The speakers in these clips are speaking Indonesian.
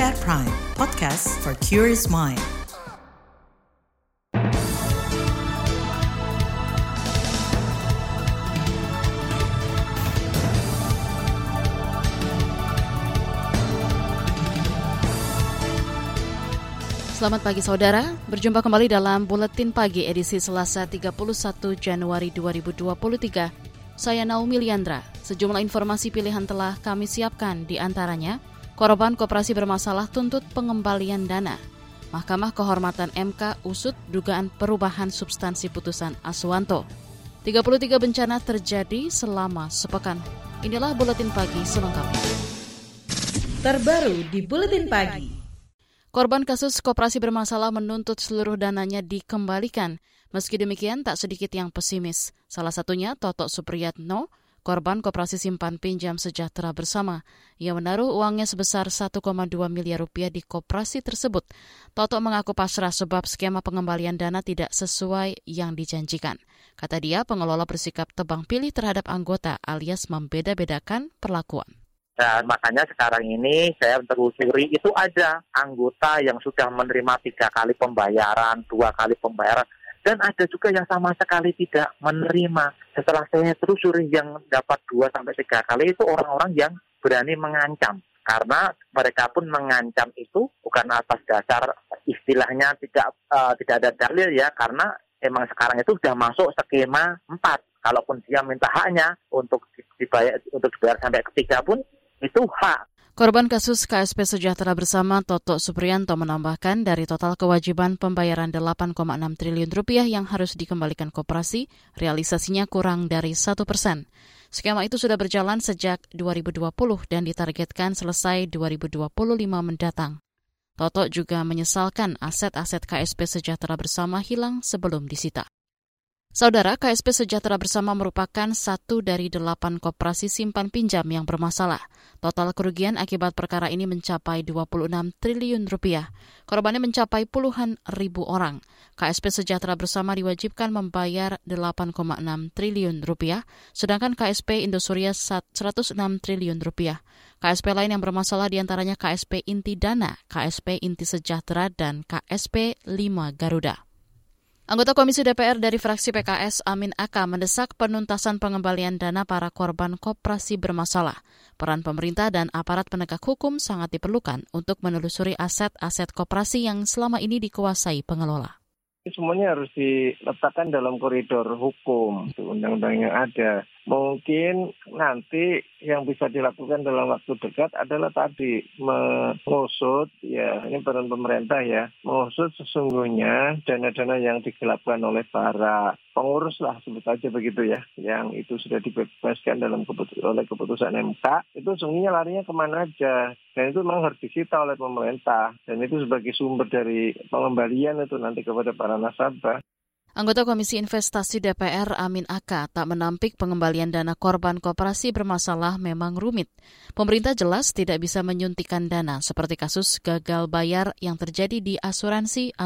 KBR Prime, podcast for curious mind. Selamat pagi saudara, berjumpa kembali dalam Buletin Pagi edisi Selasa 31 Januari 2023. Saya Naomi Liandra. Sejumlah informasi pilihan telah kami siapkan, di antaranya korban koperasi bermasalah tuntut pengembalian dana. Mahkamah Kehormatan MK usut dugaan perubahan substansi putusan Aswanto. 33 bencana terjadi selama sepekan. Inilah Buletin Pagi selengkapnya. Terbaru di Buletin Pagi. Korban kasus koperasi bermasalah menuntut seluruh dananya dikembalikan. Meski demikian, tak sedikit yang pesimis. Salah satunya Toto Supriyatno, korban koperasi simpan pinjam sejahtera bersama. Ia menaruh uangnya sebesar 1,2 miliar rupiah di koperasi tersebut. Toto mengaku pasrah sebab skema pengembalian dana tidak sesuai yang dijanjikan. Kata dia, pengelola bersikap tebang pilih terhadap anggota alias membeda-bedakan perlakuan. Dan makanya sekarang ini saya telusuri itu ada anggota yang sudah menerima 3 kali pembayaran, 2 kali pembayaran, dan ada juga yang sama sekali tidak menerima. Setelah saya telusuri yang dapat 2-3 kali itu orang-orang yang berani mengancam. Karena mereka pun mengancam itu bukan atas dasar istilahnya tidak ada dalil ya, karena emang sekarang itu sudah masuk skema 4. Kalaupun dia minta haknya untuk dibayar sampai ketiga pun itu hak. Korban kasus KSP Sejahtera Bersama Toto Supriyanto menambahkan dari total kewajiban pembayaran 8,6 triliun rupiah yang harus dikembalikan koperasi, realisasinya kurang dari 1%. Skema itu sudah berjalan sejak 2020 dan ditargetkan selesai 2025 mendatang. Toto juga menyesalkan aset-aset KSP Sejahtera Bersama hilang sebelum disita. Saudara, KSP Sejahtera Bersama merupakan satu dari 8 koperasi simpan pinjam yang bermasalah. Total kerugian akibat perkara ini mencapai 26 triliun rupiah. Korbannya mencapai puluhan ribu orang. KSP Sejahtera Bersama diwajibkan membayar 8,6 triliun rupiah, sedangkan KSP Indosuria 106 triliun rupiah. KSP lain yang bermasalah diantaranya KSP Inti Dana, KSP Inti Sejahtera, dan KSP 5 Garuda. Anggota Komisi DPR dari fraksi PKS Amin Aka mendesak penuntasan pengembalian dana para korban koperasi bermasalah. Peran pemerintah dan aparat penegak hukum sangat diperlukan untuk menelusuri aset-aset koperasi yang selama ini dikuasai pengelola. Semuanya harus diletakkan dalam koridor hukum, undang-undang yang ada. Mungkin nanti yang bisa dilakukan dalam waktu dekat adalah tadi mengusut, ya ini peran pemerintah ya, mengusut sesungguhnya dana-dana yang digelapkan oleh para pengurus lah, sebut aja begitu ya, yang itu sudah dibebaskan oleh keputusan MK, itu sesungguhnya larinya kemana aja, dan itu memang harus disita oleh pemerintah, dan itu sebagai sumber dari pengembalian itu nanti kepada para nasabah. Anggota Komisi Investasi DPR Amin Aka tak menampik pengembalian dana korban koperasi bermasalah memang rumit. Pemerintah jelas tidak bisa menyuntikkan dana seperti kasus gagal bayar yang terjadi di asuransi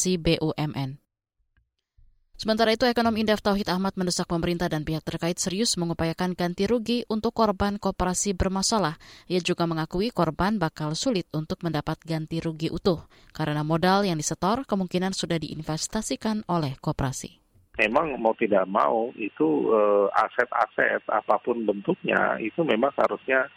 BUMN. Sementara itu, Ekonom Indef Tauhid Ahmad mendesak pemerintah dan pihak terkait serius mengupayakan ganti rugi untuk korban koperasi bermasalah. Ia juga mengakui korban bakal sulit untuk mendapat ganti rugi utuh, karena modal yang disetor kemungkinan sudah diinvestasikan oleh koperasi. Memang mau tidak mau itu aset-aset apapun bentuknya itu memang harusnya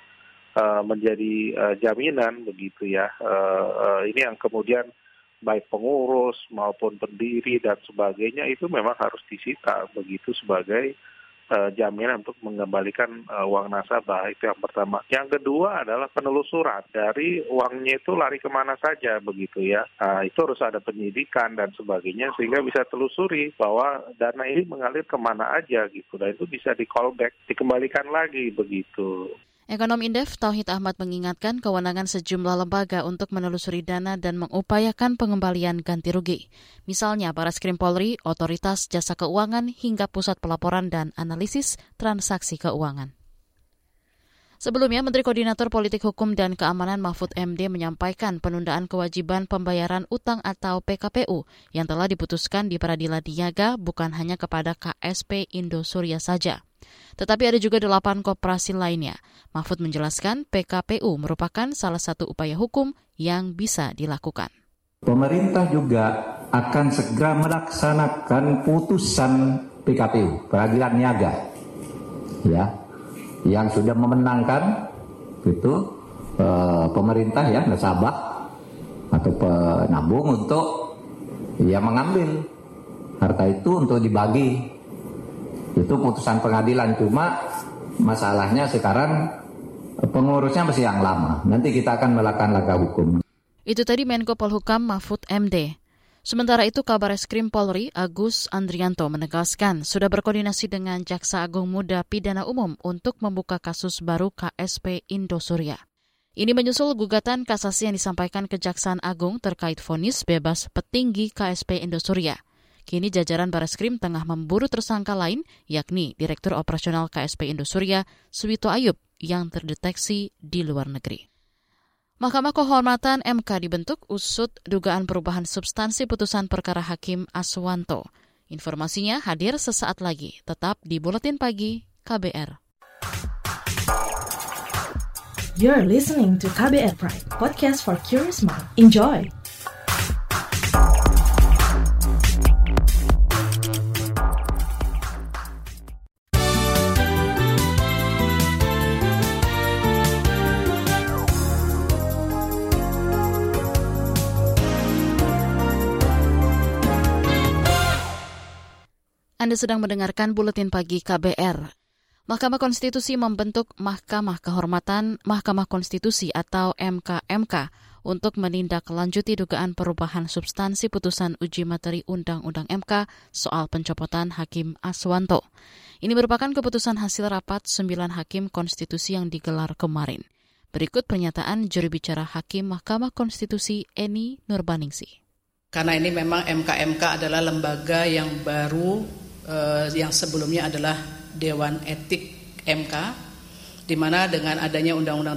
menjadi jaminan begitu ya. Ini yang kemudian baik pengurus maupun pendiri dan sebagainya itu memang harus disita begitu sebagai jaminan untuk mengembalikan uang nasabah. Itu yang pertama. Yang kedua adalah penelusuran dari uangnya itu lari kemana saja begitu ya. Itu harus ada penyidikan dan sebagainya sehingga bisa telusuri bahwa dana ini mengalir kemana aja gitu. Dan itu bisa di-callback, dikembalikan lagi begitu. Ekonom Indef Tauhid Ahmad mengingatkan kewenangan sejumlah lembaga untuk menelusuri dana dan mengupayakan pengembalian ganti rugi. Misalnya Barreskrim Polri, Otoritas Jasa Keuangan, hingga Pusat Pelaporan dan Analisis Transaksi Keuangan. Sebelumnya, Menteri Koordinator Politik Hukum dan Keamanan Mahfud MD menyampaikan penundaan kewajiban pembayaran utang atau PKPU yang telah diputuskan di Peradilan Niaga bukan hanya kepada KSP Indosuria saja, tetapi ada juga 8 koperasi lainnya. Mahfud menjelaskan PKPU merupakan salah satu upaya hukum yang bisa dilakukan. Pemerintah juga akan segera melaksanakan putusan PKPU, Peradilan Niaga, ya, yang sudah memenangkan itu pemerintah ya, nasabah atau penabung untuk ya mengambil harta itu untuk dibagi. Itu putusan pengadilan, cuma masalahnya sekarang pengurusnya masih yang lama. Nanti kita akan melakukan langkah hukum. Itu tadi Menko Polhukam Mahfud MD. Sementara itu, Kabareskrim Polri Agus Andrianto menegaskan sudah berkoordinasi dengan Jaksa Agung Muda Pidana Umum untuk membuka kasus baru KSP Indosuria. Ini menyusul gugatan kasasi yang disampaikan Kejaksaan Agung terkait vonis bebas petinggi KSP Indosuria. Kini jajaran Bareskrim tengah memburu tersangka lain, yakni Direktur Operasional KSP Indosuria, Suwito Ayub, yang terdeteksi di luar negeri. Mahkamah Kehormatan MK dibentuk usut dugaan perubahan substansi putusan perkara Hakim Aswanto. Informasinya hadir sesaat lagi, tetap di Buletin Pagi KBR. You're listening to KBR Pride, podcast for curious mind. Enjoy! Anda sedang mendengarkan Buletin Pagi KBR. Mahkamah Konstitusi membentuk Mahkamah Kehormatan Mahkamah Konstitusi atau MKMK untuk menindaklanjuti dugaan perubahan substansi putusan uji materi Undang-Undang MK soal pencopotan Hakim Aswanto. Ini merupakan keputusan hasil rapat 9 Hakim Konstitusi yang digelar kemarin. Berikut pernyataan juru bicara Hakim Mahkamah Konstitusi Eni Nurbaningsih. Karena ini memang MKMK adalah lembaga yang baru, yang sebelumnya adalah Dewan Etik MK, di mana dengan adanya Undang-Undang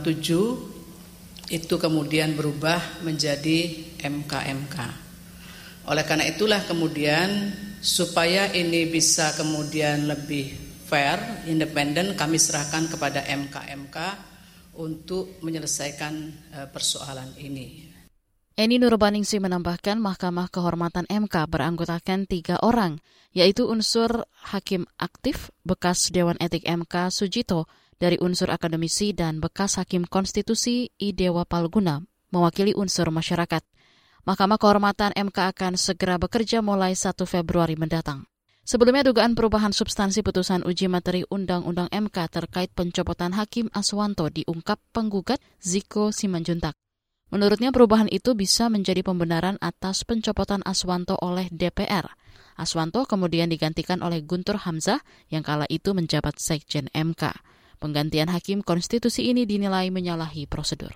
7 itu kemudian berubah menjadi MKMK. Oleh karena itulah kemudian supaya ini bisa kemudian lebih fair, independen, kami serahkan kepada MKMK untuk menyelesaikan persoalan ini. Eni Nurbaningsih menambahkan Mahkamah Kehormatan MK beranggotakan 3 orang, yaitu unsur Hakim Aktif, bekas Dewan Etik MK Sujito dari unsur akademisi dan bekas Hakim Konstitusi Idewa Palguna mewakili unsur masyarakat. Mahkamah Kehormatan MK akan segera bekerja mulai 1 Februari mendatang. Sebelumnya dugaan perubahan substansi putusan uji materi Undang-Undang MK terkait pencopotan Hakim Aswanto diungkap penggugat Ziko Simanjuntak. Menurutnya perubahan itu bisa menjadi pembenaran atas pencopotan Aswanto oleh DPR. Aswanto kemudian digantikan oleh Guntur Hamzah yang kala itu menjabat Sekjen MK. Penggantian Hakim Konstitusi ini dinilai menyalahi prosedur.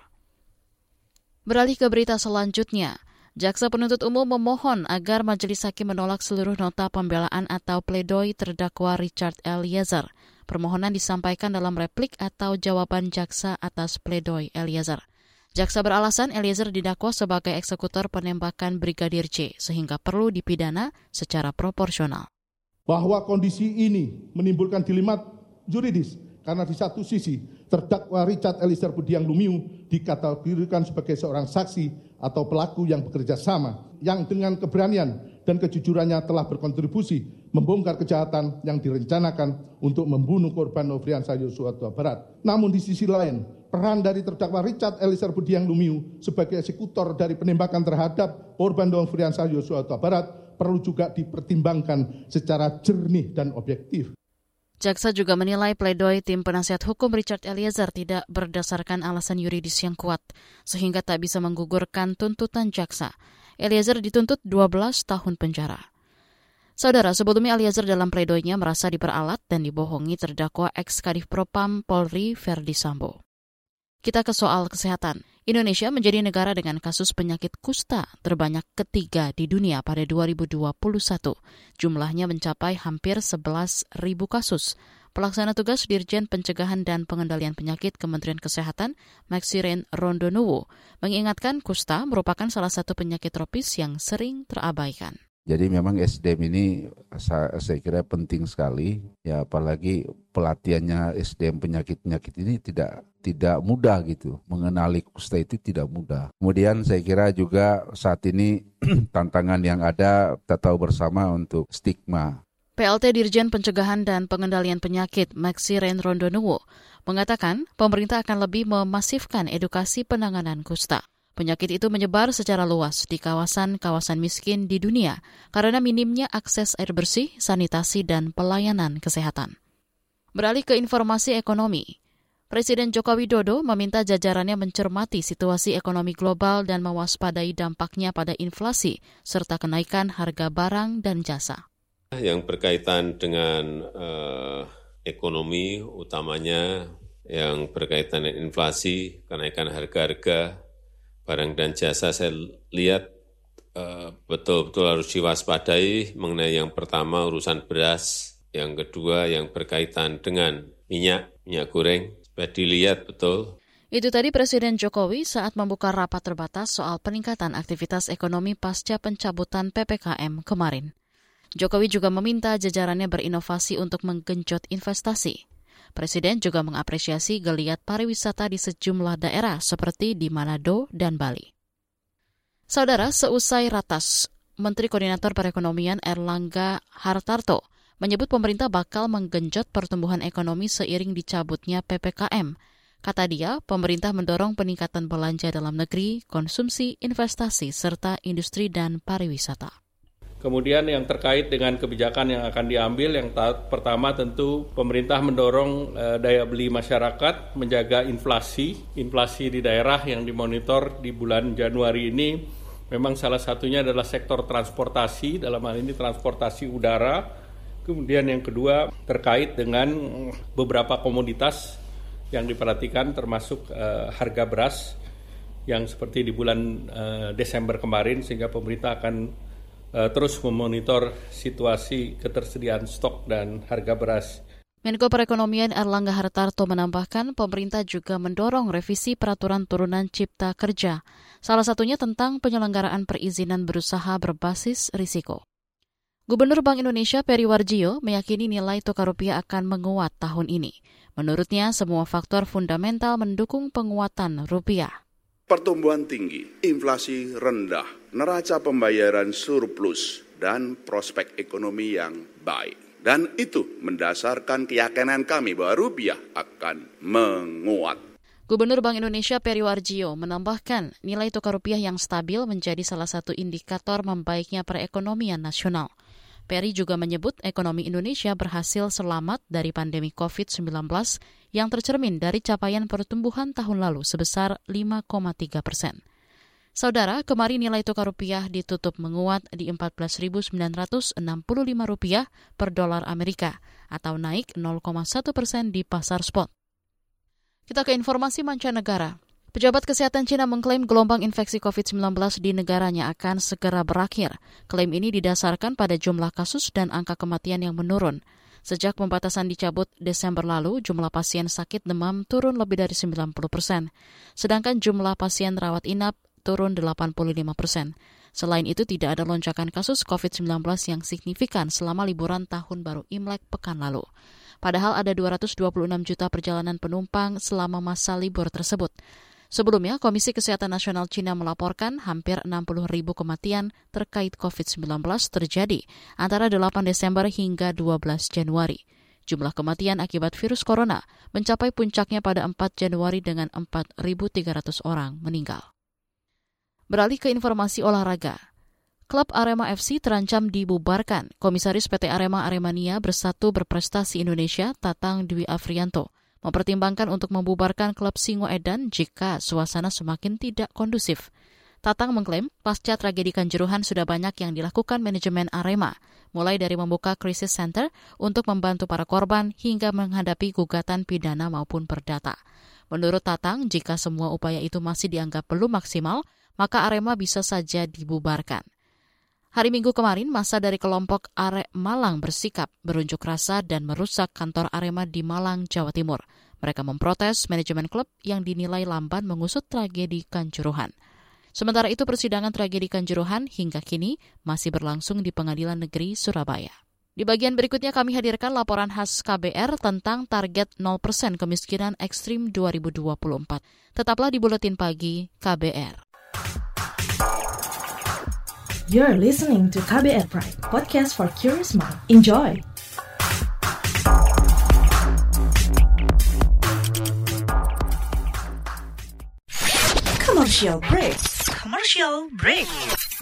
Beralih ke berita selanjutnya, Jaksa Penuntut Umum memohon agar Majelis Hakim menolak seluruh nota pembelaan atau pledoi terdakwa Richard Eliezer. Permohonan disampaikan dalam replik atau jawaban jaksa atas pledoi Eliezer. Jaksa beralasan Eliezer didakwa sebagai eksekutor penembakan Brigadir J, sehingga perlu dipidana secara proporsional. Bahwa kondisi ini menimbulkan dilema juridis, karena di satu sisi terdakwa Richard Eliezer Budiang Lumiu dikategorikan sebagai seorang saksi atau pelaku yang bekerja sama, yang dengan keberanian dan kejujurannya telah berkontribusi membongkar kejahatan yang direncanakan untuk membunuh korban Nofriansah Yosua Huta Barat. Namun di sisi lain, peran dari terdakwa Richard Eliezer Budiang Lumiu sebagai eksekutor dari penembakan terhadap korban Nofriansah Yosua Huta Barat perlu juga dipertimbangkan secara jernih dan objektif. Jaksa juga menilai pledoi tim penasihat hukum Richard Eliezer tidak berdasarkan alasan yuridis yang kuat, sehingga tak bisa menggugurkan tuntutan jaksa. Eliezer dituntut 12 tahun penjara. Saudara, sebelumnya Eliezer dalam pledoinya merasa diperalat dan dibohongi terdakwa ex-Kadif Propam Polri Verdi Sambo. Kita ke soal kesehatan. Indonesia menjadi negara dengan kasus penyakit kusta terbanyak ketiga di dunia pada 2021. Jumlahnya mencapai hampir 11.000 kasus. Pelaksana tugas Dirjen Pencegahan dan Pengendalian Penyakit Kementerian Kesehatan, Maxiren Rondonuwu, mengingatkan kusta merupakan salah satu penyakit tropis yang sering terabaikan. Jadi memang SDM ini saya kira penting sekali, ya apalagi pelatihannya SDM penyakit-penyakit ini tidak mudah gitu. Mengenali kusta itu tidak mudah. Kemudian saya kira juga saat ini tantangan yang ada kita tahu bersama untuk stigma. PLT Dirjen Pencegahan dan Pengendalian Penyakit Maxiren Rondonuwo mengatakan pemerintah akan lebih memasifkan edukasi penanganan kusta. Penyakit itu menyebar secara luas di kawasan-kawasan miskin di dunia karena minimnya akses air bersih, sanitasi, dan pelayanan kesehatan. Beralih ke informasi ekonomi, Presiden Joko Widodo meminta jajarannya mencermati situasi ekonomi global dan mewaspadai dampaknya pada inflasi serta kenaikan harga barang dan jasa. Yang berkaitan dengan ekonomi, utamanya yang berkaitan dengan inflasi, kenaikan harga-harga barang dan jasa, saya lihat betul-betul harus diwaspadai mengenai yang pertama urusan beras, yang kedua yang berkaitan dengan minyak goreng, supaya dilihat betul. Itu tadi Presiden Jokowi saat membuka rapat terbatas soal peningkatan aktivitas ekonomi pasca pencabutan PPKM kemarin. Jokowi juga meminta jajarannya berinovasi untuk menggenjot investasi. Presiden juga mengapresiasi geliat pariwisata di sejumlah daerah seperti di Manado dan Bali. Saudara, seusai ratas, Menteri Koordinator Perekonomian Erlangga Hartarto menyebut pemerintah bakal menggenjot pertumbuhan ekonomi seiring dicabutnya PPKM. Kata dia, pemerintah mendorong peningkatan belanja dalam negeri, konsumsi, investasi, serta industri dan pariwisata. Kemudian yang terkait dengan kebijakan yang akan diambil, yang pertama tentu pemerintah mendorong daya beli masyarakat, menjaga inflasi di daerah yang dimonitor di bulan Januari ini. Memang salah satunya adalah sektor transportasi, dalam hal ini transportasi udara. Kemudian yang kedua terkait dengan beberapa komoditas yang diperhatikan termasuk harga beras yang seperti di bulan Desember kemarin, sehingga pemerintah akan terus memonitor situasi ketersediaan stok dan harga beras. Menko Perekonomian Erlangga Hartarto menambahkan pemerintah juga mendorong revisi peraturan turunan Cipta Kerja, salah satunya tentang penyelenggaraan perizinan berusaha berbasis risiko. Gubernur Bank Indonesia Peri Warjio meyakini nilai tukar rupiah akan menguat tahun ini. Menurutnya, semua faktor fundamental mendukung penguatan rupiah. Pertumbuhan tinggi, inflasi rendah, neraca pembayaran surplus, dan prospek ekonomi yang baik. Dan itu mendasarkan keyakinan kami bahwa rupiah akan menguat. Gubernur Bank Indonesia Peri Warjio menambahkan nilai tukar rupiah yang stabil menjadi salah satu indikator membaiknya perekonomian nasional. Peri juga menyebut ekonomi Indonesia berhasil selamat dari pandemi COVID-19 yang tercermin dari capaian pertumbuhan tahun lalu sebesar 5,3%. Saudara, kemarin nilai tukar rupiah ditutup menguat di Rp14.965 per dolar Amerika atau naik 0,1% di pasar spot. Kita ke informasi mancanegara. Pejabat kesehatan Cina mengklaim gelombang infeksi COVID-19 di negaranya akan segera berakhir. Klaim ini didasarkan pada jumlah kasus dan angka kematian yang menurun. Sejak pembatasan dicabut Desember lalu, jumlah pasien sakit demam turun lebih dari 90%. Sedangkan jumlah pasien rawat inap turun 85%. Selain itu, tidak ada lonjakan kasus COVID-19 yang signifikan selama liburan Tahun Baru Imlek pekan lalu. Padahal ada 226 juta perjalanan penumpang selama masa libur tersebut. Sebelumnya, Komisi Kesehatan Nasional Cina melaporkan hampir 60.000 kematian terkait COVID-19 terjadi antara 8 Desember hingga 12 Januari. Jumlah kematian akibat virus corona mencapai puncaknya pada 4 Januari dengan 4.300 orang meninggal. Beralih ke informasi olahraga. Klub Arema FC terancam dibubarkan. Komisaris PT Arema Aremania Bersatu Berprestasi Indonesia, Tatang Dwi Afrianto, mempertimbangkan untuk membubarkan klub Singoedan jika suasana semakin tidak kondusif. Tatang mengklaim pasca tragedi Kanjuruhan sudah banyak yang dilakukan manajemen Arema, mulai dari membuka crisis center untuk membantu para korban hingga menghadapi gugatan pidana maupun perdata. Menurut Tatang, jika semua upaya itu masih dianggap belum maksimal, maka Arema bisa saja dibubarkan. Hari Minggu kemarin, massa dari kelompok Arek Malang bersikap berunjuk rasa dan merusak kantor Arema di Malang, Jawa Timur. Mereka memprotes manajemen klub yang dinilai lamban mengusut tragedi Kanjuruhan. Sementara itu, persidangan tragedi Kanjuruhan hingga kini masih berlangsung di Pengadilan Negeri Surabaya. Di bagian berikutnya kami hadirkan laporan khas KBR tentang target 0% kemiskinan ekstrim 2024. Tetaplah di Buletin Pagi KBR. You're listening to KBR Pride, podcast for curious mind. Enjoy! Commercial break. Commercial break.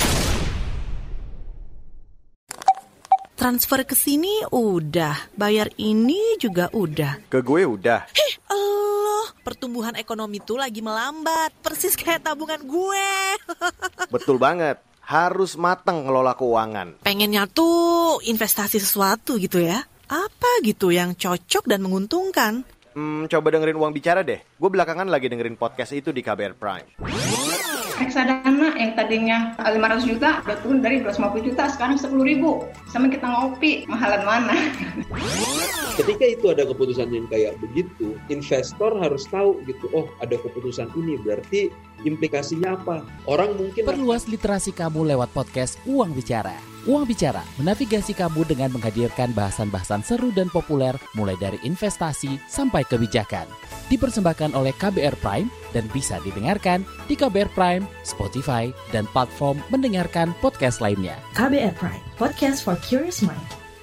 Transfer ke sini udah, bayar ini juga udah. Ke gue udah. Allah, pertumbuhan ekonomi tuh lagi melambat, persis kayak tabungan gue. Betul banget, harus matang ngelola keuangan. Pengennya tuh investasi sesuatu gitu ya. Apa gitu yang cocok dan menguntungkan? Coba dengerin Uang Bicara deh. Gue belakangan lagi dengerin podcast itu di KBR Prime. Reksadana yang tadinya 500 juta udah turun dari 250 juta sekarang 10.000. Sama kita ngopi, mahalan mana? Ketika itu ada keputusan yang kayak begitu, investor harus tahu gitu, oh ada keputusan ini berarti implikasinya apa? Orang mungkin perluas literasi kamu lewat podcast Uang Bicara. Uang Bicara menavigasi kamu dengan menghadirkan bahasan-bahasan seru dan populer mulai dari investasi sampai kebijakan. Dipersembahkan oleh KBR Prime dan bisa didengarkan di KBR Prime, Spotify, dan platform mendengarkan podcast lainnya. KBR Prime, podcast for curious mind.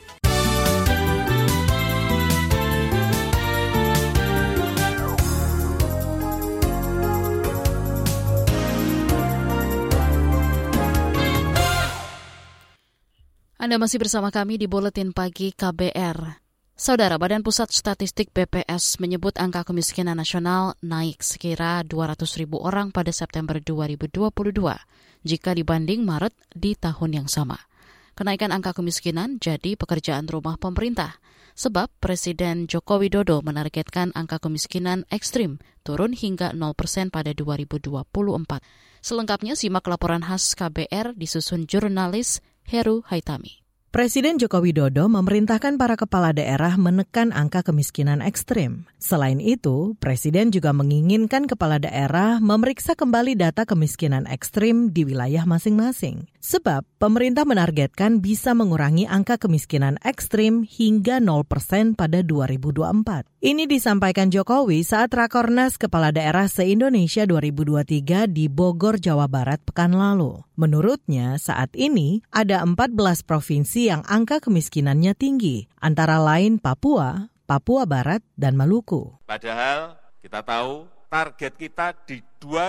Anda masih bersama kami di Buletin Pagi KBR. Saudara, Badan Pusat Statistik BPS menyebut angka kemiskinan nasional naik sekira 200.000 orang pada September 2022 jika dibanding Maret di tahun yang sama. Kenaikan angka kemiskinan jadi pekerjaan rumah pemerintah, sebab Presiden Joko Widodo menargetkan angka kemiskinan ekstrim turun hingga 0% pada 2024. Selengkapnya simak laporan khas KBR disusun jurnalis Heru Haitami. Presiden Joko Widodo memerintahkan para kepala daerah menekan angka kemiskinan ekstrim. Selain itu, Presiden juga menginginkan kepala daerah memeriksa kembali data kemiskinan ekstrim di wilayah masing-masing. Sebab, pemerintah menargetkan bisa mengurangi angka kemiskinan ekstrim hingga 0% pada 2024. Ini disampaikan Jokowi saat Rakornas Kepala Daerah se-Indonesia 2023 di Bogor, Jawa Barat pekan lalu. Menurutnya, saat ini ada 14 provinsi yang angka kemiskinannya tinggi, antara lain Papua, Papua Barat, dan Maluku. Padahal kita tahu target kita di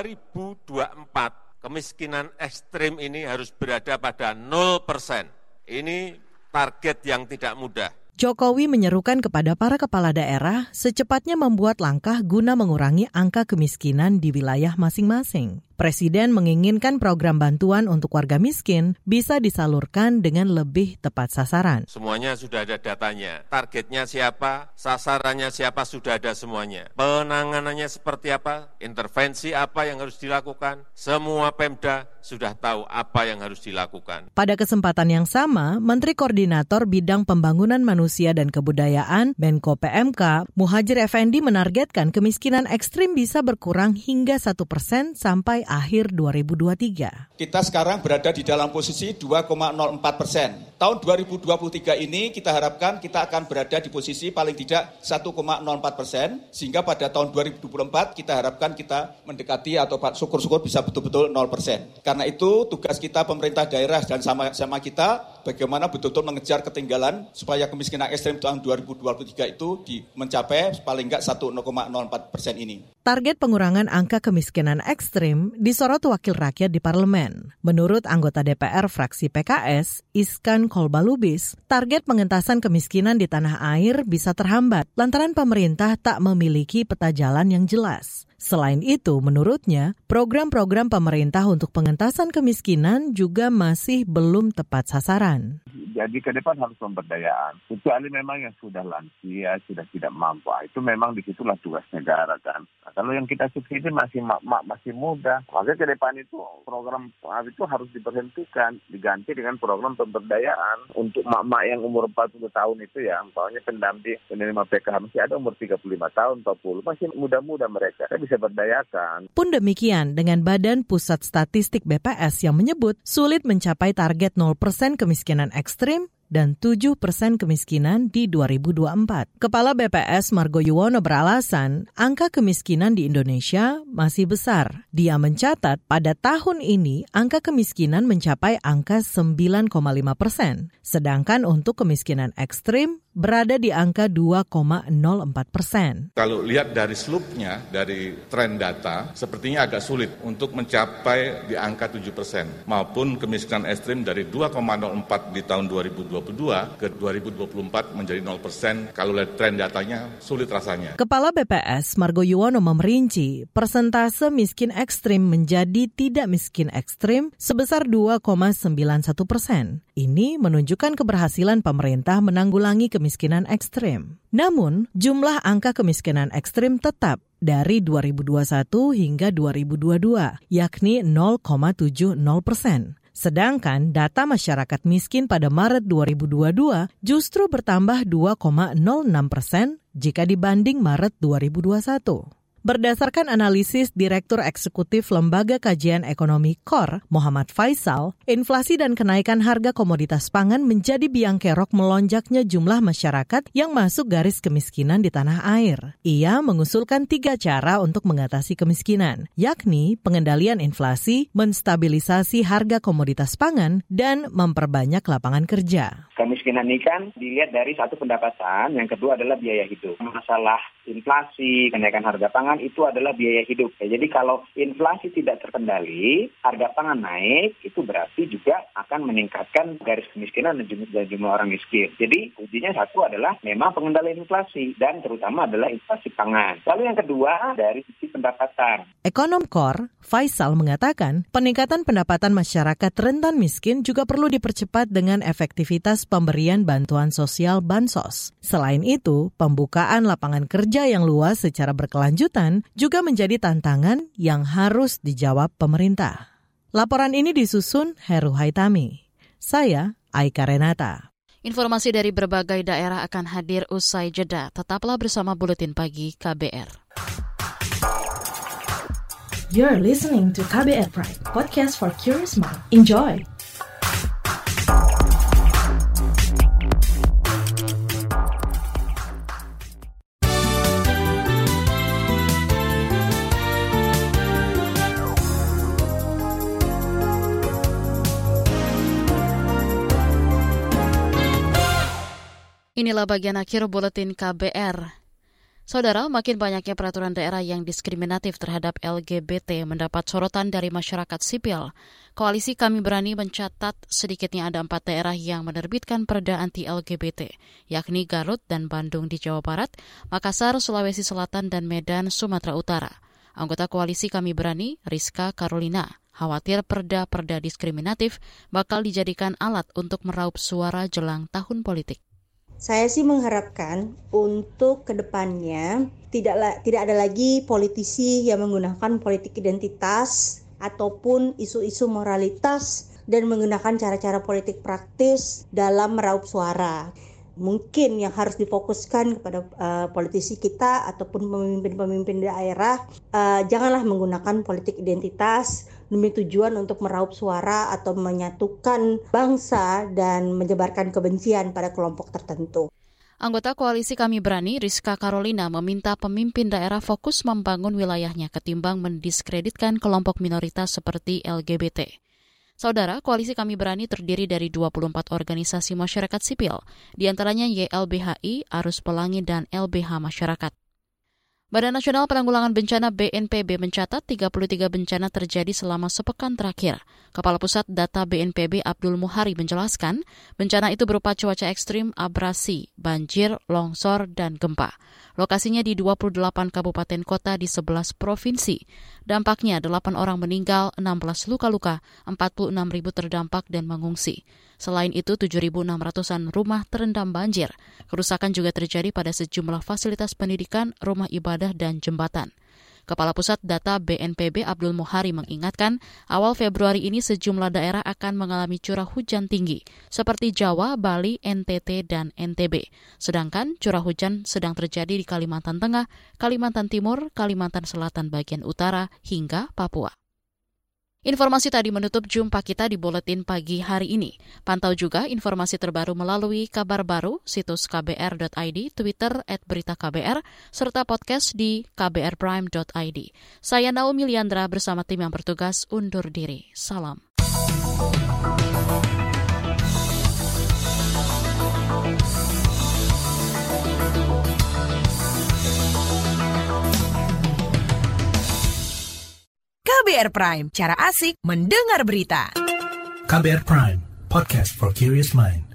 2024 kemiskinan ekstrim ini harus berada pada 0%. Ini target yang tidak mudah. Jokowi menyerukan kepada para kepala daerah secepatnya membuat langkah guna mengurangi angka kemiskinan di wilayah masing-masing. Presiden menginginkan program bantuan untuk warga miskin bisa disalurkan dengan lebih tepat sasaran. Semuanya sudah ada datanya. Targetnya siapa, sasarannya siapa, sudah ada semuanya. Penanganannya seperti apa, intervensi apa yang harus dilakukan, semua Pemda sudah tahu apa yang harus dilakukan. Pada kesempatan yang sama, Menteri Koordinator Bidang Pembangunan Manusia dan Kebudayaan, Menko PMK, Muhadjir Effendi menargetkan kemiskinan ekstrim bisa berkurang hingga 1% sampai akhir 2023. Kita sekarang berada di dalam posisi 2,04%. Tahun 2023 ini kita harapkan kita akan berada di posisi paling tidak 1,04%, sehingga pada tahun 2024 kita harapkan kita mendekati atau syukur-syukur bisa betul-betul 0%. Karena itu tugas kita pemerintah daerah dan sama kita bagaimana betul-betul mengejar ketinggalan supaya kemiskinan ekstrim tahun 2023 itu mencapai paling enggak 1,04% ini. Target pengurangan angka kemiskinan ekstrim disorot Wakil Rakyat di Parlemen. Menurut anggota DPR fraksi PKS, Iskan Kolbalubis, target pengentasan kemiskinan di tanah air bisa terhambat lantaran pemerintah tak memiliki peta jalan yang jelas. Selain itu, menurutnya, program-program pemerintah untuk pengentasan kemiskinan juga masih belum tepat sasaran. Jadi ke depan harus pemberdayaan. Kecuali memang yang sudah lansia, sudah tidak mampu. Itu memang disitulah tugas negara kan. Kalau yang kita subsidi masih mak-mak, masih muda. Makanya ke depan itu program itu harus diberhentikan, diganti dengan program pemberdayaan untuk mak-mak yang umur 40 tahun itu ya, umpamanya pendamping penerima PKH masih ada umur 35 tahun, 40, masih muda-muda mereka. Kita bisa berdayakan. Pun demikian dengan Badan Pusat Statistik BPS yang menyebut sulit mencapai target 0% kemiskinan ekstrim dan 7% kemiskinan di 2024. Kepala BPS Margo Yuwono beralasan angka kemiskinan di Indonesia masih besar. Dia mencatat pada tahun ini angka kemiskinan mencapai angka 9,5%. Sedangkan untuk kemiskinan ekstrim berada di angka 2,04%. Kalau lihat dari slope-nya, dari tren data, sepertinya agak sulit untuk mencapai di angka 7%. Maupun kemiskinan ekstrim dari 2,04 di tahun 2022 ke 2024 menjadi 0%. Kalau lihat tren datanya, sulit rasanya. Kepala BPS Margo Yuwono memerinci persentase miskin ekstrim menjadi tidak miskin ekstrim sebesar 2,91%. Ini menunjukkan keberhasilan pemerintah menanggulangi kemiskinan ekstrim. Namun, jumlah angka kemiskinan ekstrim tetap dari 2021 hingga 2022, yakni 0,70%. Sedangkan data masyarakat miskin pada Maret 2022 justru bertambah 2,06% jika dibanding Maret 2021. Berdasarkan analisis Direktur Eksekutif Lembaga Kajian Ekonomi KOR, Muhammad Faisal, inflasi dan kenaikan harga komoditas pangan menjadi biang kerok melonjaknya jumlah masyarakat yang masuk garis kemiskinan di tanah air. Ia mengusulkan 3 cara untuk mengatasi kemiskinan, yakni pengendalian inflasi, menstabilisasi harga komoditas pangan, dan memperbanyak lapangan kerja. Kemiskinan ini kan dilihat dari satu pendapatan, yang kedua adalah biaya hidup. Masalah inflasi, kenaikan harga pangan itu adalah biaya hidup. Ya, jadi kalau inflasi tidak terkendali, harga pangan naik, itu berarti juga akan meningkatkan garis kemiskinan dan jumlah orang miskin. Jadi kuncinya satu adalah memang pengendalian inflasi dan terutama adalah inflasi pangan. Lalu yang kedua dari sisi pendapatan. Ekonom KOR, Faisal mengatakan peningkatan pendapatan masyarakat rentan miskin juga perlu dipercepat dengan efektivitas pemberian bantuan sosial Bansos. Selain itu, pembukaan lapangan kerja yang luas secara berkelanjutan juga menjadi tantangan yang harus dijawab pemerintah. Laporan ini disusun Heru Haitami. Saya Aika Renata. Informasi dari berbagai daerah akan hadir usai jeda. Tetaplah bersama Buletin Pagi KBR. You're listening to KBR Pride, podcast for curious mind. Enjoy! Inilah bagian akhir Buletin KBR. Saudara, makin banyaknya peraturan daerah yang diskriminatif terhadap LGBT mendapat sorotan dari masyarakat sipil. Koalisi Kami Berani mencatat sedikitnya ada 4 daerah yang menerbitkan perda anti-LGBT, yakni Garut dan Bandung di Jawa Barat, Makassar, Sulawesi Selatan, dan Medan, Sumatera Utara. Anggota Koalisi Kami Berani, Rizka Karolina, khawatir perda-perda diskriminatif bakal dijadikan alat untuk meraup suara jelang tahun politik. Saya sih mengharapkan untuk kedepannya tidak ada lagi politisi yang menggunakan politik identitas ataupun isu-isu moralitas dan menggunakan cara-cara politik praktis dalam meraup suara. Mungkin yang harus difokuskan kepada politisi kita ataupun pemimpin-pemimpin daerah, janganlah menggunakan politik identitas demi tujuan untuk meraup suara atau menyatukan bangsa dan menyebarkan kebencian pada kelompok tertentu. Anggota Koalisi Kami Berani, Rizka Karolina, meminta pemimpin daerah fokus membangun wilayahnya ketimbang mendiskreditkan kelompok minoritas seperti LGBT. Saudara, Koalisi Kami Berani terdiri dari 24 organisasi masyarakat sipil, di antaranya YLBHI, Arus Pelangi, dan LBH Masyarakat. Badan Nasional Penanggulangan Bencana BNPB mencatat 33 bencana terjadi selama sepekan terakhir. Kepala Pusat Data BNPB Abdul Muhari menjelaskan, bencana itu berupa cuaca ekstrim, abrasi, banjir, longsor, dan gempa. Lokasinya di 28 kabupaten kota di 11 provinsi. Dampaknya 8 orang meninggal, 16 luka-luka, 46.000 terdampak dan mengungsi. Selain itu, 7.600-an rumah terendam banjir. Kerusakan juga terjadi pada sejumlah fasilitas pendidikan, rumah ibadah, dan jembatan. Kepala Pusat Data BNPB Abdul Muhari mengingatkan, awal Februari ini sejumlah daerah akan mengalami curah hujan tinggi, seperti Jawa, Bali, NTT, dan NTB. Sedangkan curah hujan sedang terjadi di Kalimantan Tengah, Kalimantan Timur, Kalimantan Selatan bagian utara, hingga Papua. Informasi tadi menutup jumpa kita di Buletin Pagi hari ini. Pantau juga informasi terbaru melalui kabar baru, situs kbr.id, Twitter @beritaKBR, serta podcast di kbrprime.id. Saya Naomi Liandra bersama tim yang bertugas undur diri. Salam. KBR Prime, cara asik mendengar berita. KBR Prime, podcast for curious mind.